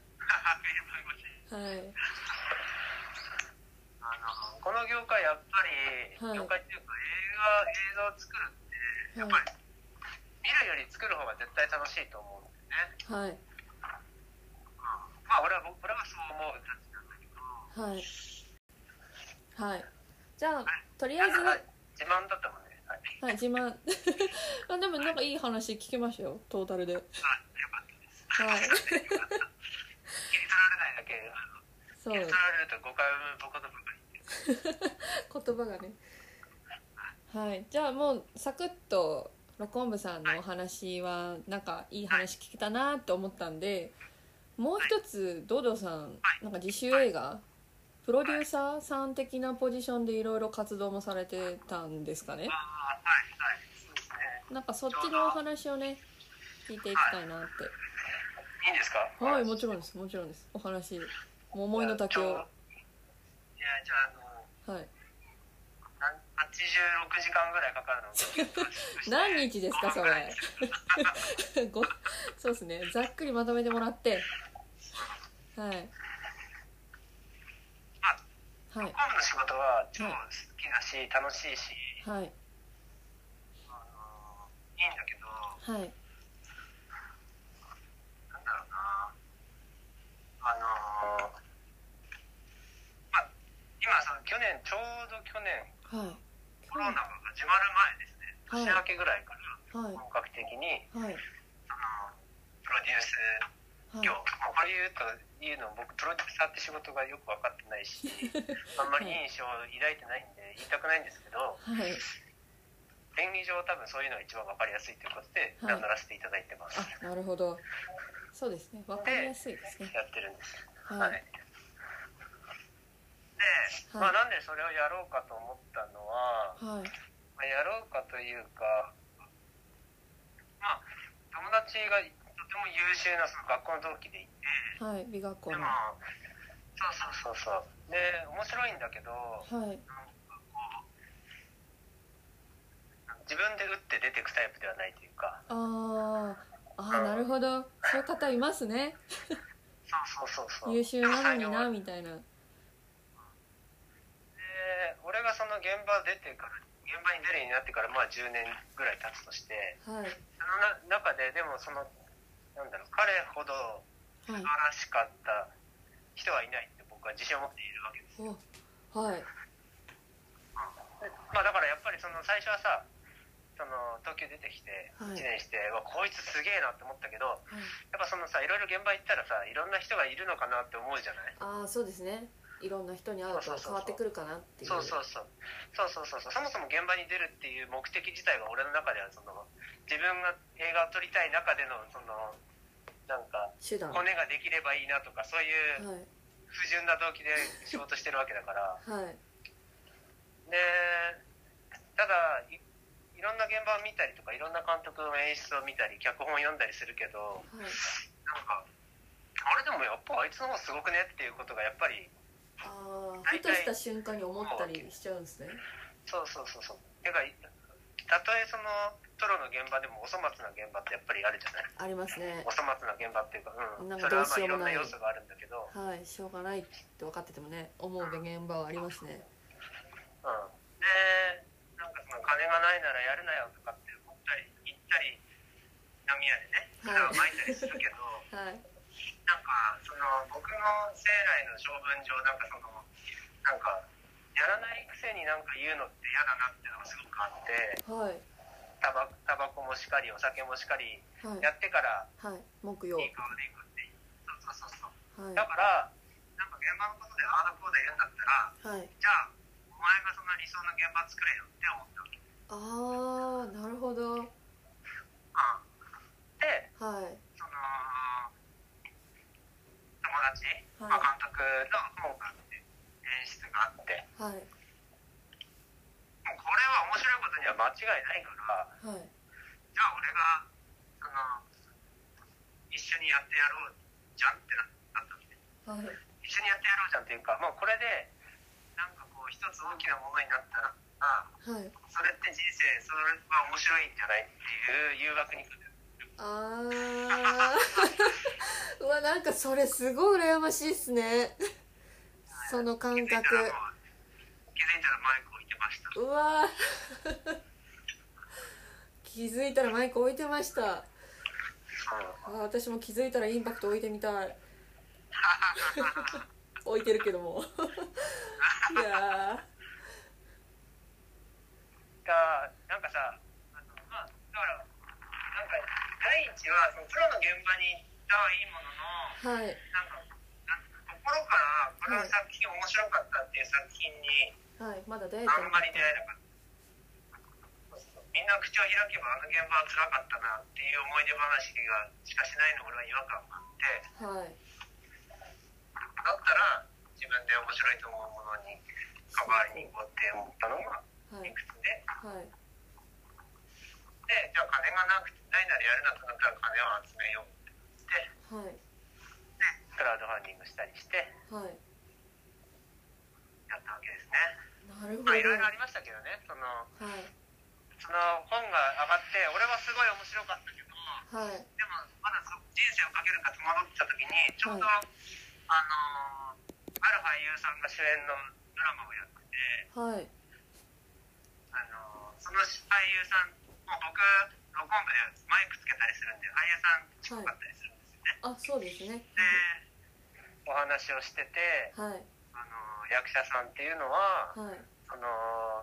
あのこの業界やっぱり、はい、業界っていうか映画映像を作るってやっぱり、はい、見るより作る方が絶対楽しいと思うんだよね。はい。うん、まあ俺は僕らはそう思うたちなんだけど。はい。 はい。じゃあ、はい、とりあえず、 はい、自慢だったもんね。はい。 はい、自慢。あでもなんかいい話聞けましたよトータルで。あ、よかったです。はい。切り取られないだけ。そう。切り取られると誤解を生む僕の部分。 言葉がね。はい。じゃあもうサクッとロコンブさんのお話はなんかいい話聞けたなと思ったんで、もう一つドドさんなんか自主映画プロデューサーさん的なポジションでいろいろ活動もされてたんですかね。 あ、はいはい、そうですね。 なんかそっちのお話をね聞いていきたいなって。 いいんですか？ はい、もちろんですもちろんです。お話もう思いの丈を。いやじゃああのはい。はちじゅうろくじかんぐらいかかるの。 何日ですかそれ。ごそうですね。ざっくりまとめてもらって。はい。 はい、ロコンブの仕事は超好きだし、はい、楽しいし、はい、あのいいんだけど、はい、なんだろうな、あのまあ今その去年ちょうど去年、はい、コロナが始まる前ですね、年明けぐらいから本格的に、はい、そのプロデュース今日、もうこれ言うと言うの僕プロデューサーって仕事がよく分かってないしあんまりいい印象を抱いてないんで言いたくないんですけど、はい、演技上多分そういうのが一番分かりやすいということで名乗らせていただいてます。 はい、あ、なるほど。そうですね、分かりやすいですね。 やってるんです。はい、はい、で、まあ、なんでそれをやろうかと思ったのは、はい、まあ、やろうかというか、まあ友達がとても優秀なその学校の同期でいて、 はい、美学校の。 でもそうそうそうそうで面白いんだけど、はい、なんかこう自分で打って出てくタイプではないというか。 ああ、うん、なるほど、そういう方いますね。 そうそうそうそう。 優秀なのになみたいな。で、 俺がその現場出てから現場に出るようになってからまあじゅうねんぐらい経つとして、はい、そのな中ででもそのなんだろう、彼ほど素晴らしかった人はいないって僕は自信を持っているわけですよ。はい。まあだからやっぱりその最初はさ、その東京出てきていちねんして、はい、わこいつすげえなって思ったけど、はい、やっぱそのさいろいろ現場行ったらさいろんな人がいるのかなって思うじゃない。ああ、そうですね。いろんな人に会うと変わってくるかなっていう。そうそうそうそうそうそうそう。そもそも現場に出るっていう目的自体が俺の中ではその自分が映画を撮りたい中でのそのなんか骨ができればいいなとかそういう不純な動機で仕事してるわけだから、はい、でただ言いろんな現場を見たりとかいろんな監督の演出を見たり脚本を読んだりするけど、はい、なんかあれでもやっぱあいつの方すごくねっていうことがやっぱりああふとした瞬間に思ったりしちゃうんですね。 そうそうそうそう。だからたとえそのトロの現場でもお粗末な現場ってやっぱりあるじゃない。 ありますね。 お粗末な現場っていうか、うん、 なんかどうしようもない、 それはまあいろんな要素があるんだけど、 はい、しょうがないって分かっててもね思う現場はありますね。 うん、でなんかその金がないならやるなよとかって思ったり言ったり飲み屋でねそれをまいたりするけど、はい、なんかその僕の生来の性分上なんかそのなんかやらないくせになんか言うのって嫌だなっていうのがすごくあって、はい、タバ、タバコもしかりお酒もしかり、はい、やってからいい顔でいくっていう、そうそうそうそう、はい、だからなんか現場のことでああだこうだ言うんだったら、はい、じゃあお前がそんな理想の現場作れよって思ったわけ。 ああなるほど。うん、 で、はい、その友達、はい、まあ、監督の方が演出があって、はい、もうこれは面白いことには間違いないから、はい、じゃあ俺がその一緒にやってやろうじゃんってなったんで、はい、一緒にやってやろうじゃんっていうか、もうこれでなんかこう一つ大きなものになったら、はい、それって人生それは面白いんじゃないっていう誘惑に来る。 あーうわなんかそれすごい羨ましいっすねその感覚。気づいたらマイク置いてました。うわ気づいたらマイク置いてました。あ私も気づいたらインパクト置いてみたい置いてるけどもいやがなんかさあの、まあ、だからなんか第一はそのプロの現場に行ったはいいものの、はい、なんか心からこの作品面白かったっていう作品に、はい、まだ出会えてなかった。あんまり出会えなかった。みんな口を開けばあの現場は辛かったなっていう思い出話がしかしないの俺は違和感があって、はい、だったら自分で面白いと思うものに関わりに行こうって思ったのが理屈で、はいはい、でじゃあ金がなくてないならやるなとなったら金を集めようって言って、はいクラウドファンディングしたりして、はい、やったわけですね。なるほど。まあいろいろありましたけどね。その、はい、その本が上がって俺はすごい面白かったけど、はい、でもまだ人生をかけるか戸惑ってた時にちょうど、はい、あのある俳優さんが主演のドラマをやってて、はい、あのその俳優さんも僕録音部でマイクつけたりするんで俳優さん近かったりするんですよね。はい、あそうですね。でお話をしてて、はい、あの役者さんっていうのは、はい、そのお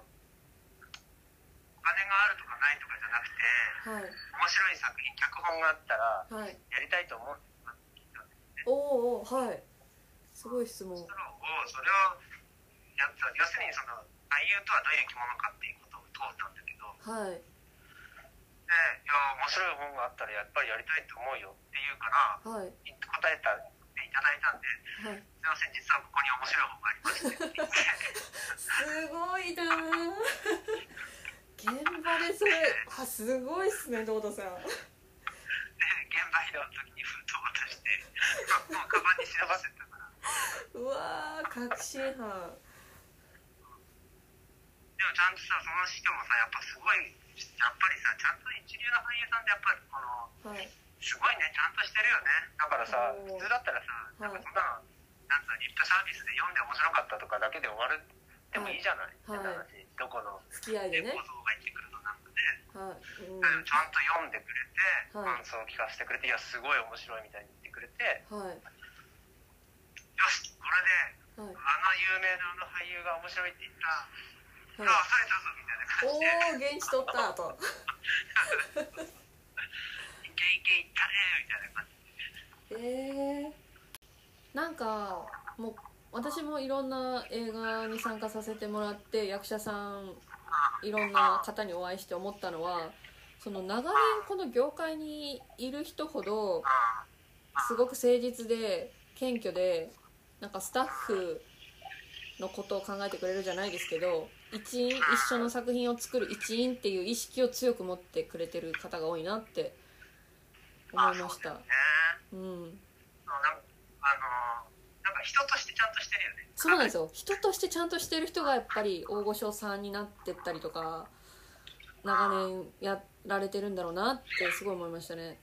金があるとかないとかじゃなくて、はい、面白い作品脚本があったら、はい、やりたいと思うんですよね。おおはいすごい質問。それをそれをやった要するにその俳優とはどういう生き物かっていうことを問うたんだけど、はい、でいや面白い本があったらやっぱりやりたいと思うよって言うから、はい、答えたいただいたんで、はい、すいません実はここに面白い本がありましてすごいな現場でそれあすごいっすね堂田さん。で現場移動の時に封筒を渡してもうカバンに忍ばせたからうわー確信犯。でもちゃんとさその人もさやっぱすごいやっぱりさちゃんと一流の俳優さんでやっぱりこの、はいすごいねちゃんとしてるよね。だからさ普通だったらさなんかそんななんつうのリップサービスで読んで面白かったとかだけで終わるでもいいじゃない、はいはい、どこの付き合いでね構造が言ってくるのなんかで、はいうん、ちゃんと読んでくれて、はい、感想を聞かせてくれていやすごい面白いみたいに言ってくれて、はい、よしこれで、はい、あの有名なあの俳優が面白いって言ったら、はい、ああされたぞみたいな感じでおお現地取ったといけいけいったねみたいな感じ。えー、なんかもう私もいろんな映画に参加させてもらって役者さんいろんな方にお会いして思ったのはその長年この業界にいる人ほどすごく誠実で謙虚でなんかスタッフのことを考えてくれるじゃないですけど一員、一緒の作品を作る一員っていう意識を強く持ってくれてる方が多いなって思いました。 うん。なんかあのなんか人としてちゃんとしてるよね。 そうなんですよ。人としてちゃんとしてる人がやっぱり大御所さんになってったりとか長年やられてるんだろうなってすごい思いましたね。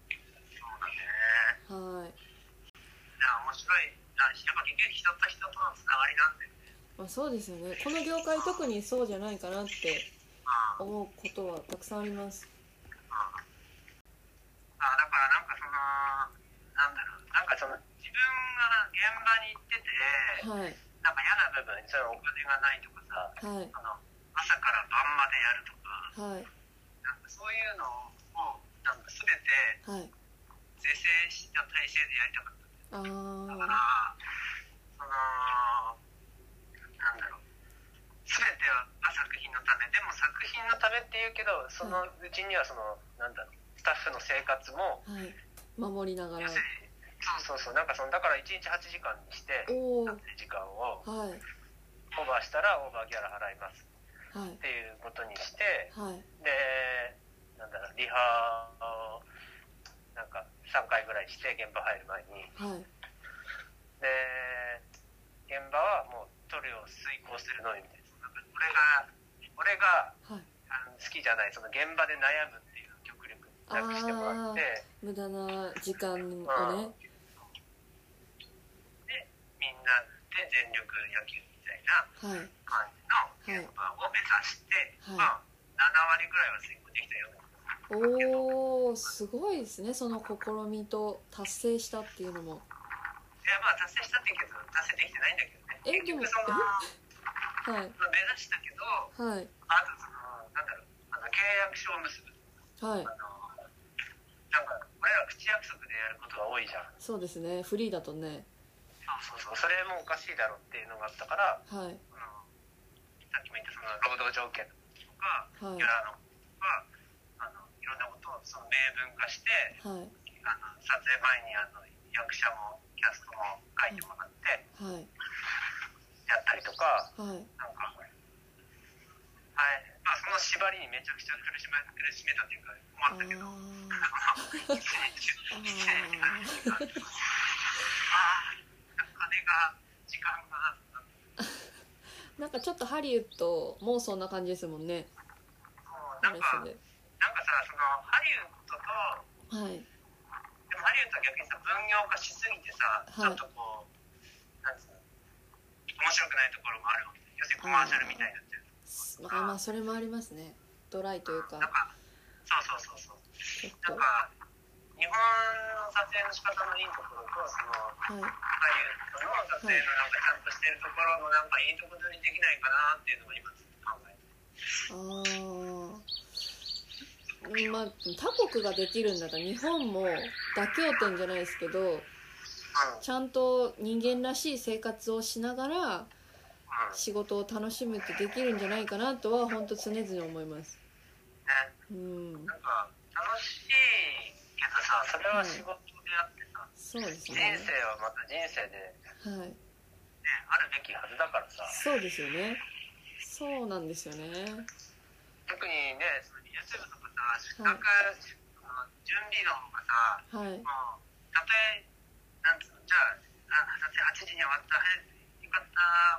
そうだね。 はい。いや面白い。やっぱ結局人と人とのつながりなんで。 まあ、そうですよね。この業界特にそうじゃないかなって思うことはたくさんあります。 あだからなんかそのなんだろうなんかその自分が現場に行ってて、はい、なんか嫌な部分そのお金がないとかさ、はい、あの朝から晩までやるとか、はい、なんかそういうのをなんか全て是正した体制でやりたかった。あだからそのなんだろう全ては作品のためでも作品のためって言うけどそのうちにはそのなんだろうスタッフの生活も、はい、 守りながらそうそうそうなんかそのだからいちにちはちじかんにして時間を、はい、オーバーしたらオーバーギャラ払います、はい、っていうことにして、はい、でなんだろうリハをなんかさんかいぐらいして現場入る前に、はい、で現場はもう撮るを遂行するのみみたいな俺が俺が、はい、あの好きじゃないその現場で悩むっていうのを極力なくしてもらって無駄な時間をね、うん、 でみんなで全力野球みたいな感じの現場を目指して、はいはい、まあななわりぐらいは遂行できたよね。 おーすごいですねその試みと達成したっていうのも。 いやまあ達成したって言うけど達成できてないんだけどね。 えでも結局そのはい、まあ、目指したけど、はい、あとそのなんだろうあの契約書を結ぶ、はい、あのなんか俺ら口約束でやることが多いじゃん。 そうですねフリーだとね。 そうそうそうそれもおかしいだろっていうのがあったから、はい、あのさっきも言ったその労働条件とか、はい、ギャラのとかあのいろんなことをその明文化して、はい、あの撮影前にあの役者もキャストも書いてもらって、はい、やったりとか、はい、なんか、はいまあ、その縛りにめちゃくちゃ苦しめ、苦しめたっていうか困ったけどああ金が時間がなんかちょっとハリウッドもそんな感じですもんね。 なんか、なんかさそのハリウッドと、はい、でもハリウッドは逆にさ分業化しすぎてさ、はい、ちょっとこうなんつうの面白くないところもあるわけ。要するにコマーシャルみたいになっちゃう。 まあまあそれもありますね。ドライというか。 なんかそうそうそうそう。なんか日本の撮影の仕方のいいところとその、はい、ハリウッドの撮影のなんかちゃんとしてるところのなんかいいところにできないかなっていうのを今ずっと考えてる。 ああ。まあ他国ができるんだから日本も妥協点じゃないですけど、うん、ちゃんと人間らしい生活をしながら仕事を楽しむってできるんじゃないかなとは本当常々思います。 ね、うん。なんか楽しいけどさ、それは仕事であってさ、はい、そうですね。人生はまた人生で、はい、ね、あるべきはずだからさ。そうですよね。 そうなんですよね。 特にね、その YouTube とかさ、資格、はい、準備の方がさ、はい、もうたとえなんつうのじゃあ、あ撮影はちじに終わった、よかった。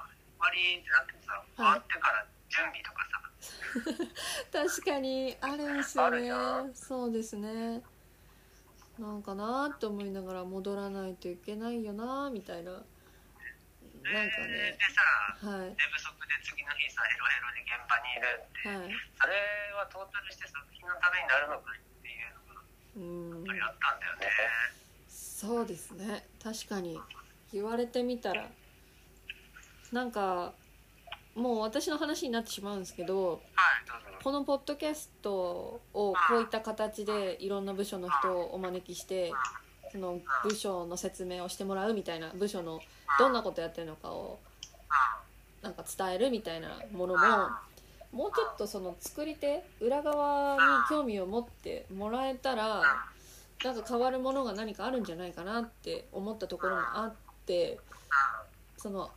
終わりってなってもさ、終わってから準備とかさ確かにあるんですよね。そうですね。なんかなって思いながら戻らないといけないよなみたいな。なんかね。 でさ、はい、寝不足で次の日さヘロヘロで現場にいるって、はい、それはトータルして作品のためになるのかっていうのがやっぱりあったんだよね。 そうですね。確かに言われてみたら。なんかもう私の話になってしまうんですけど、はい、このポッドキャストをこういった形でいろんな部署の人をお招きしてその部署の説明をしてもらうみたいな部署のどんなことやってるのかをなんか伝えるみたいなものももうちょっとその作り手裏側に興味を持ってもらえたらなんか変わるものが何かあるんじゃないかなって思ったところもあってその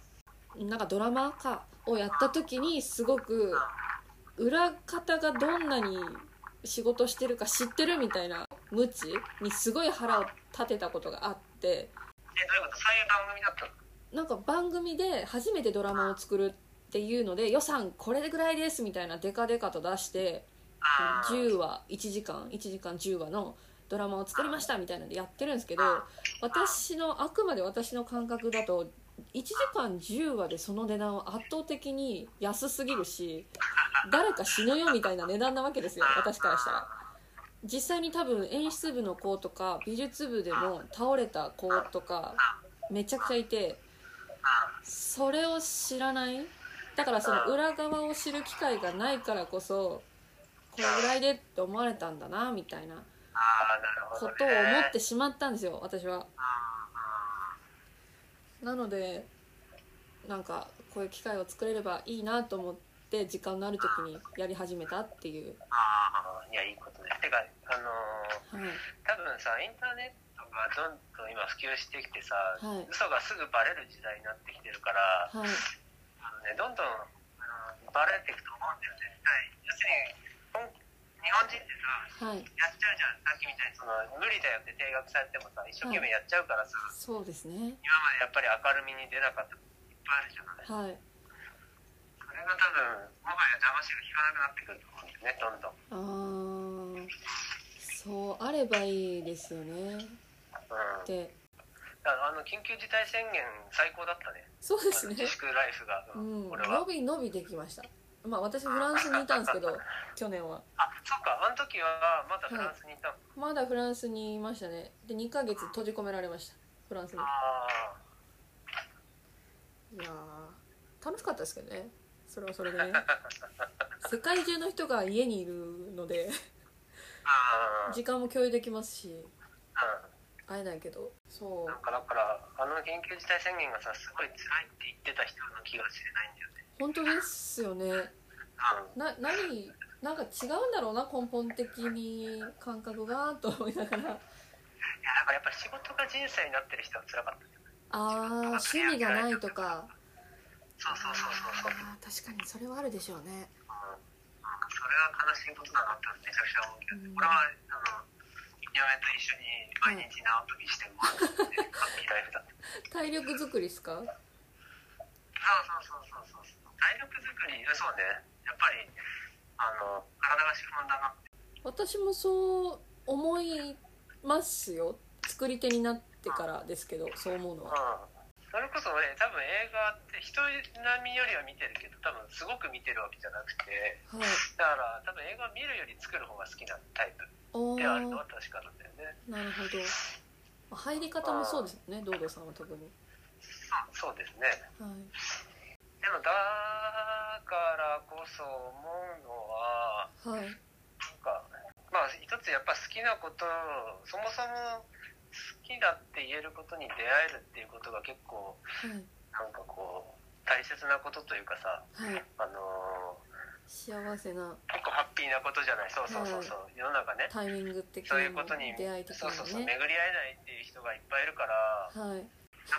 なんかドラマかをやった時にすごく裏方がどんなに仕事してるか知ってるみたいな無知にすごい腹を立てたことがあって。 え、どういうこと？そういう番組だったの？ なんか番組で初めてドラマを作るっていうので予算これぐらいですみたいなデカデカと出してじゅうわいちじかんいちじかんじゅうわのドラマを作りましたみたいなのでやってるんですけど、私のあくまで私の感覚だといちじかんじゅうわでその値段は圧倒的に安すぎるし、誰か死ぬよみたいな値段なわけですよ、私からしたら。実際に多分演出部の子とか美術部でも倒れた子とかめちゃくちゃいて、それを知らない、だからその裏側を知る機会がないからこそこれぐらいでって思われたんだなみたいなことを思ってしまったんですよ、私は。なのでなんかこういう機会を作れればいいなと思って時間のある時にやり始めたっていう。 ああ、いや、いいことです。てかあのーはい、多分さインターネットがどんどん今普及してきてさ、はい、嘘がすぐバレる時代になってきてるから、はい、あのね、どんどんあのバレていくと思うんだよね。要するに日本人ってさ、はい、やっちゃうじゃん。さっきみたいにその無理だよって定額されてもさ一生懸命やっちゃうからさ、はい、 そうですね。 今までやっぱり明るみに出なかったこといっぱいあるじゃない。はい。それが多分もはや騙しが効かなくなってくると思うんだよね、どんどん。 ああ、そうあればいいですよね。うん。で、 あの緊急事態宣言最高だったね。 そうですね。 自粛ライフが、 うん、俺は伸び伸びできました。まあ私フランスにいたんですけど去年は。 あ、そっか、あの時はまだフランスにいたの、はい、 まだフランスにいましたね。でにかげつ閉じ込められました、フランスに。あ、いや楽しかったですけどね、それはそれでね世界中の人が家にいるので時間も共有できますし、会えないけど。そうなんかだからあの緊急事態宣言がさすごい辛いって言ってた人の気が知れないんだよね。 本当ですよね。うん、な何なんか違うんだろうな、根本的に感覚がと思いながら。いやだからやっぱり仕事が人生になってる人は辛かったんじゃない？ ああ、趣味がないとか。 そうそうそうそうそう。 あ、確かにそれはあるでしょうね。 うん、なんかそれは悲しいことだなってめちゃくちゃ思うけど、うん、これはあの嫁と一緒に毎日縄跳びしてもらってハッピーライフだった。 体力作りですか？そうそうそうそうそう。体力作り、そうね。やっぱりあの体が資本だなって。 私もそう思いますよ。作り手になってからですけど、そう思うのは。 うん、それこそね、多分映画って人並みよりは見てるけど、多分すごく見てるわけじゃなくて、はい、だから多分映画を見るより作る方が好きなタイプであるのは確かなんだよね。 なるほど。入り方もそうですよね、堂々さんは特に。 そうですね。はい。でもだからこそ思うのは、はい、なんかまあ一つやっぱ好きなことをそもそも好きだって言えることに出会えるっていうことが結構、はい、なんかこう大切なことというかさ、はい、あのー、 幸せな結構ハッピーなことじゃない。そうそうそうそう、はい、世の中ね、 タイミング的な出会い的なね、 そうそうそう、巡り合えないっていう人がいっぱいいるから、はい、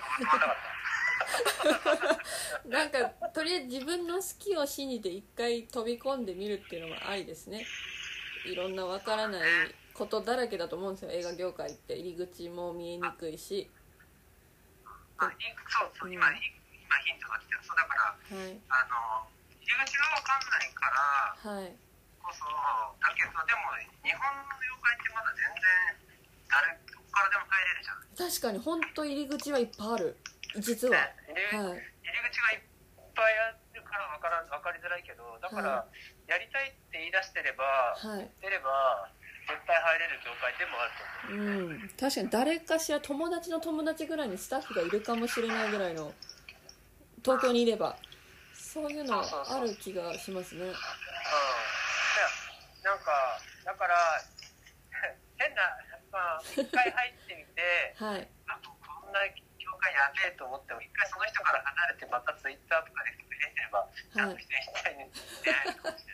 なんかとりあえず自分の好きを信じて一回飛び込んでみるっていうのもありですね。いろんなわからないことだらけだと思うんですよ、映画業界って。入り口も見えにくいし。 あ、そうそう、うん、今、今ヒントが来た。そうだから、はい、あの入り口がわかんないから、はい、こそだけど、でも日本の業界ってまだ全然誰どこからでも入れるじゃん。 確かに本当入り口はいっぱいある、実は、ね、 入り、はい、入り口がいっぱいあるから分からん、分かりづらいけど、だから、はい、やりたいって言い出してれば、はい、出れば絶対入れる業界でもあると思う。 うん、確かに誰かしら友達の友達ぐらいにスタッフがいるかもしれないぐらいの、東京にいればそういうのある気がしますね。うん、 なんかだから変な、まあ、一回入ってみて、はい、あとこんな業界やべえと思っても一回その人から離れてまたツイッターとかで触れてればちゃんと人みたいに出会えるかもしれ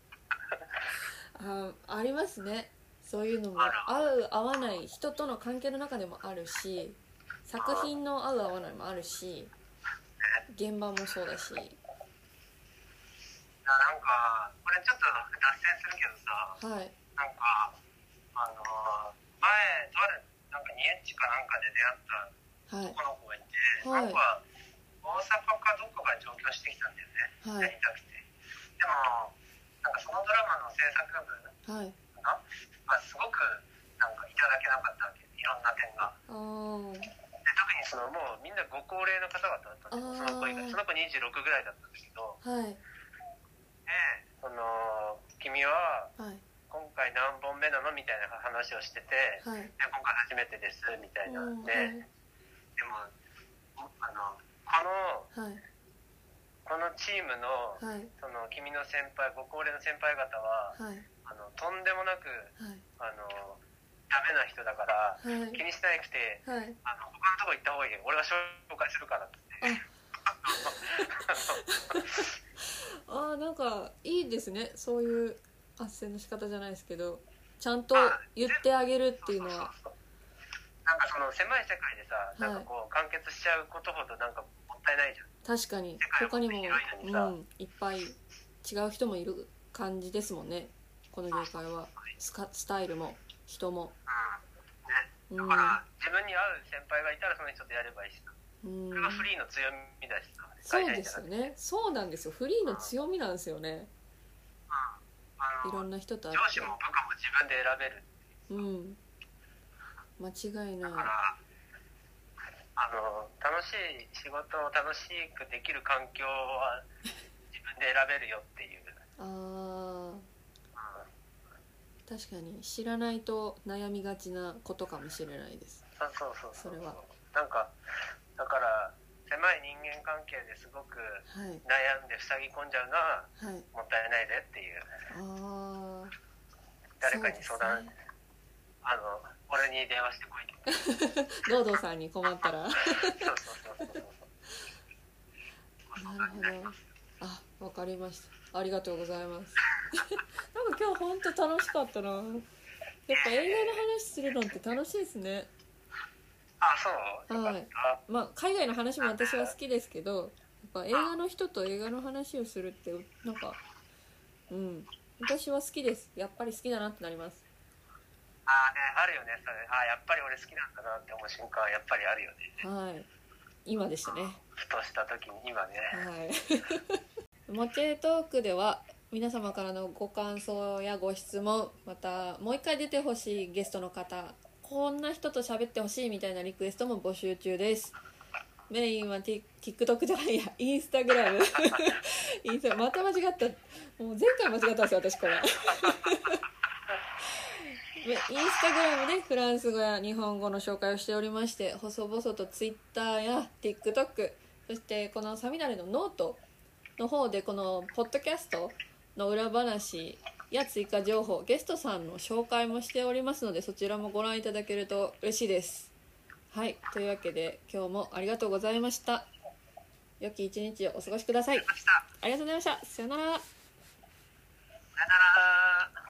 ない。 あ, ありますね、そういうのも。合う合わない人との関係の中でもあるし、作品の合う合わないもあるし、 現場もそうだし。 なんかこれちょっと脱線するけどさ、はい、なんかあの前とあるなんかにエッチかなんかで出会った男の子がいて、はい、なんか大阪かどこかで上京してきたんだよね、はい、やりたくて。でもなんかそのドラマの制作部かな、はい、まあ、すごくなんかいただけなかったわけ、いろんな点が。で特にそのもうみんなご高齢の方々だったんですよ、その子以外。その子にじゅうろくぐらいだったんだけど、はい、でその君は今回何本目なのみたいな話をしてて、はい、で今回初めてですみたいな。で、はい、でもあのこの、はい、このチームの、はい、その君の先輩、ご高齢の先輩方は、はい、あのとんでもなく、はい、あのダメな人だから、はい、気にしなくて、はい、あの他のとこ行った方がいいよ、俺が紹介するからってああ、なんかいいですね、そういう斡旋の仕方じゃないですけど、ちゃんと言ってあげるっていうのは。そうそうそう、 なんかその狭い世界でさ、はい、なんかこう完結しちゃうことほどなんかもったいないじゃん。 確かに他にも、うん、いっぱい違う人もいる感じですもんね、この業界は。スカスタイルも人も、 うんね、だから自分に合う先輩がいたらその人とやればいいしさ、うん、それがフリーの強みだしさ。 そうですよね、そうなんですよ、フリーの強みなんですよね、うん、いろんな人と会って上司も部下も自分で選べる。 うん、間違いない。 だからあの楽しい仕事を楽しくできる環境は自分で選べるよっていう。ああ、うん、 確かに知らないと悩みがちなことかもしれないです。 そうそうそうそう、それはなんかだから狭い人間関係ですごく悩んで塞ぎ込んじゃうのは、はい、もったいないでっていう。ああ、誰かに相談、ね、あの俺に電話してこいロードさんに困ったらそうそうそうそうなるほど、あ、わかりました、ありがとうございますなんか今日本当楽しかったな。やっぱ映画の話するのって楽しいですね。 あ、そう、 はい、まあ海外の話も私は好きですけど、やっぱ映画の人と映画の話をするってなんか、うん、私は好きです。やっぱり好きだなってなります。 あーね、あるよね、それ。あ、やっぱり俺好きなんだなって思う瞬間はやっぱりあるよね。はい、今でしたね、 ふとした時に今ね。 はいモチエトークでは皆様からのご感想やご質問、またもう一回出てほしいゲストの方、こんな人と喋ってほしいみたいなリクエストも募集中です。メインは TikTok じゃないや、インスタグラムインスタ、また間違った、もう前回間違ったんですよ私これインスタグラムでフランス語や日本語の紹介をしておりまして、細々と Twitter や TikTok、 そしてこのサミダレのノートの方でこのポッドキャストの裏話や追加情報、ゲストさんの紹介もしておりますので、そちらもご覧いただけると嬉しいです。はい、というわけで今日もありがとうございました。良き一日をお過ごしください。ありがとうございました。さよなら。 さよなら。